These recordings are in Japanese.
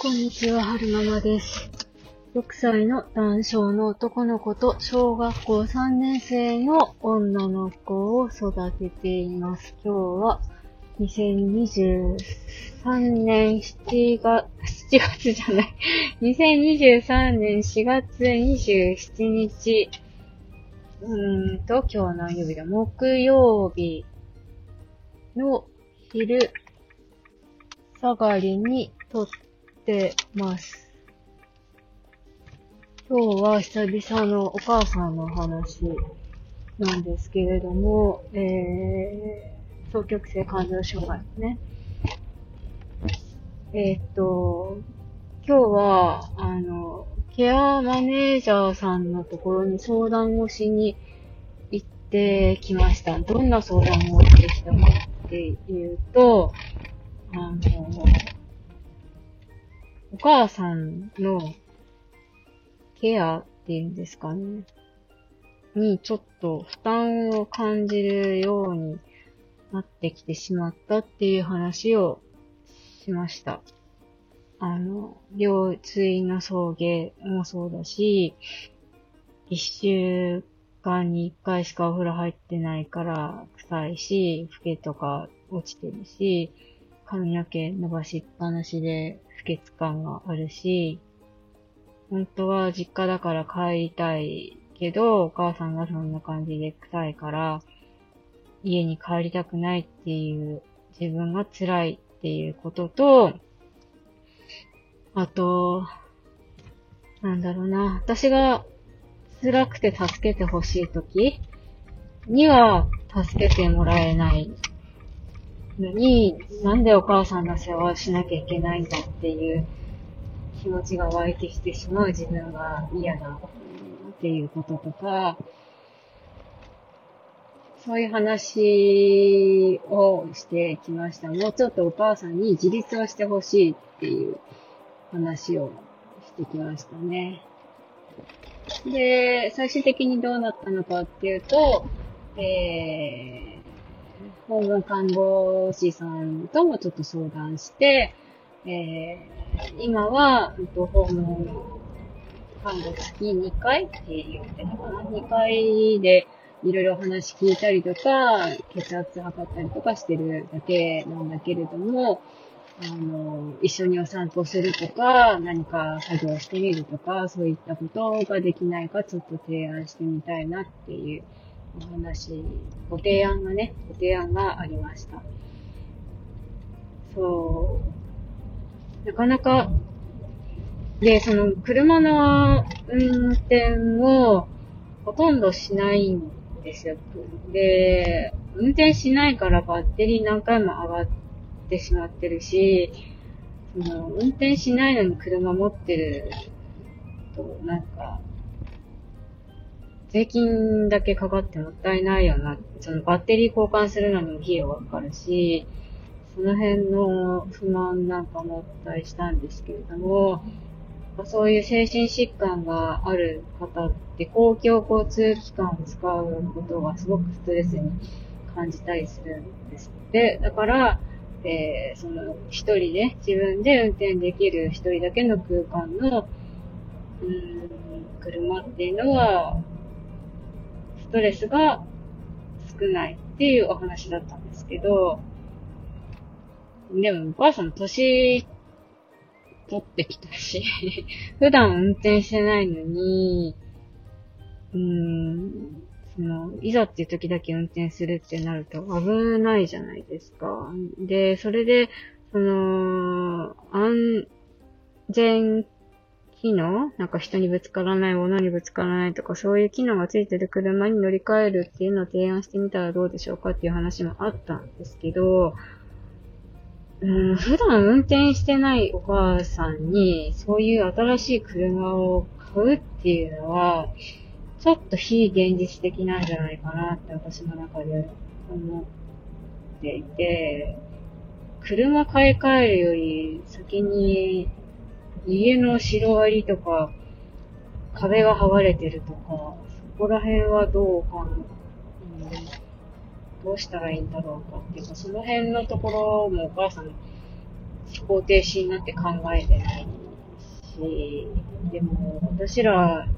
こんにちは、はるままです。6歳の男性の男の子と小学校3年生の女の子を育てています。今日は2023年7月じゃない。2023年4月27日。今日は何曜日だ？木曜日の昼下がりに撮ってます。今日は久々のお母さんの話なんですけれども、双極性感情障害ですね。今日は、ケアマネージャーさんのところに相談をしに行ってきました。どんな相談をしてきたかっていうと、お母さんのケアっていうんですかね。にちょっと負担を感じるようになってきてしまったっていう話をしました。腰椎の送迎もそうだし、1週間に1回しかお風呂入ってないから臭いし、フケとか落ちてるし、髪の毛伸ばしっぱなしで不潔感があるし、本当は実家だから帰りたいけど、お母さんがそんな感じで臭いから家に帰りたくないっていう自分が辛いっていうことと、あと、私が辛くて助けてほしいときには助けてもらえないのに、なんでお母さんの世話をしなきゃいけないんだっていう気持ちが湧いてきてしまう自分が嫌だっていうこととか、そういう話をしてきました。もうちょっとお母さんに自立をしてほしいっていう話をしてきましたね。で、最終的にどうなったのかっていうと、訪問看護師さんともちょっと相談して、今は、訪問看護月2回って言ってたかな。2回でいろいろ話聞いたりとか、血圧測ったりとかしてるだけなんだけれども、一緒にお散歩するとか、何か作業してみるとか、そういったことができないかちょっと提案してみたいなっていうお話、ご提案がありました。そう。なかなか、で、その車の運転をほとんどしないんですよ。で、運転しないからバッテリー何回も上がってしまってるし、運転しないのに車持ってると、税金だけかかってもったいないよな。そのバッテリー交換するのにも費用がかかるし、その辺の不満なんかもったりしたんですけれども、そういう精神疾患がある方って公共交通機関を使うことがすごくストレスに感じたりするんです。で、だから、一人で自分で運転できる一人だけの空間の車っていうのはストレスが少ないっていうお話だったんですけど、でもお母さん年取ってきたし普段運転してないのにいざっていう時だけ運転するってなると危ないじゃないですか。で、それで、安全機能人にぶつからない、物にぶつからないとか、そういう機能がついてる車に乗り換えるっていうのを提案してみたらどうでしょうかっていう話もあったんですけど、普段運転してないお母さんに、そういう新しい車を買うっていうのは、ちょっと非現実的なんじゃないかなって私の中で思っていて、車買い替えるより先に家のシロアリとか壁が剥がれてるとか、そこら辺はどうしたらいいんだろうかっていうか、その辺のところもお母さん思考停止になって考えてないし、でも、私ら、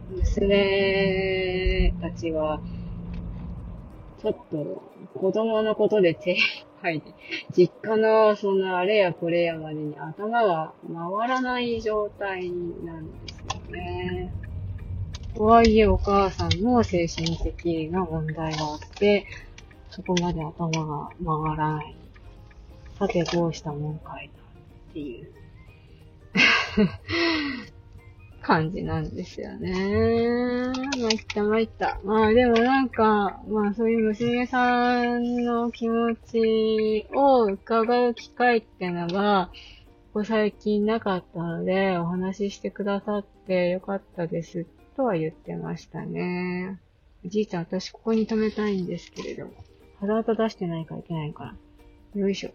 娘たちは、ちょっと、子供のことで手いっぱいで、実家のそのあれやこれやまでに頭が回らない状態なんですよね。とはいえお母さんも精神的な問題があって、そこまで頭が回らない。さてどうしたもんかいなっていう感じなんですよね。参った参った。まあでもなんか、まあそういう娘さんの気持ちを伺う機会ってのが、ここ最近なかったので、お話ししてくださってよかったですとは言ってましたね。おじいちゃん、私ここに止めたいんですけれども、肌音出してないからいけないから。よいしょ。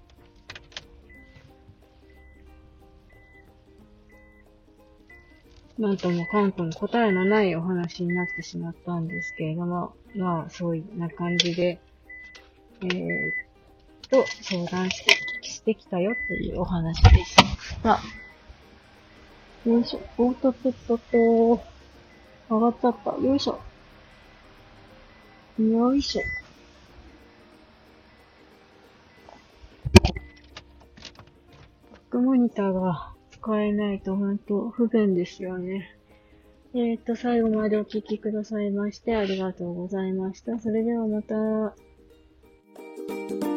なんともかんとも答えのないお話になってしまったんですけれども、まあ、そういうな感じで、相談してきたよというお話でした。よいしょ。おっとっとっとっと。上がっちゃった。よいしょ。よいしょ。バックモニターが使えないと本当不便ですよね。最後までお聞きくださいましてありがとうございました。それではまた。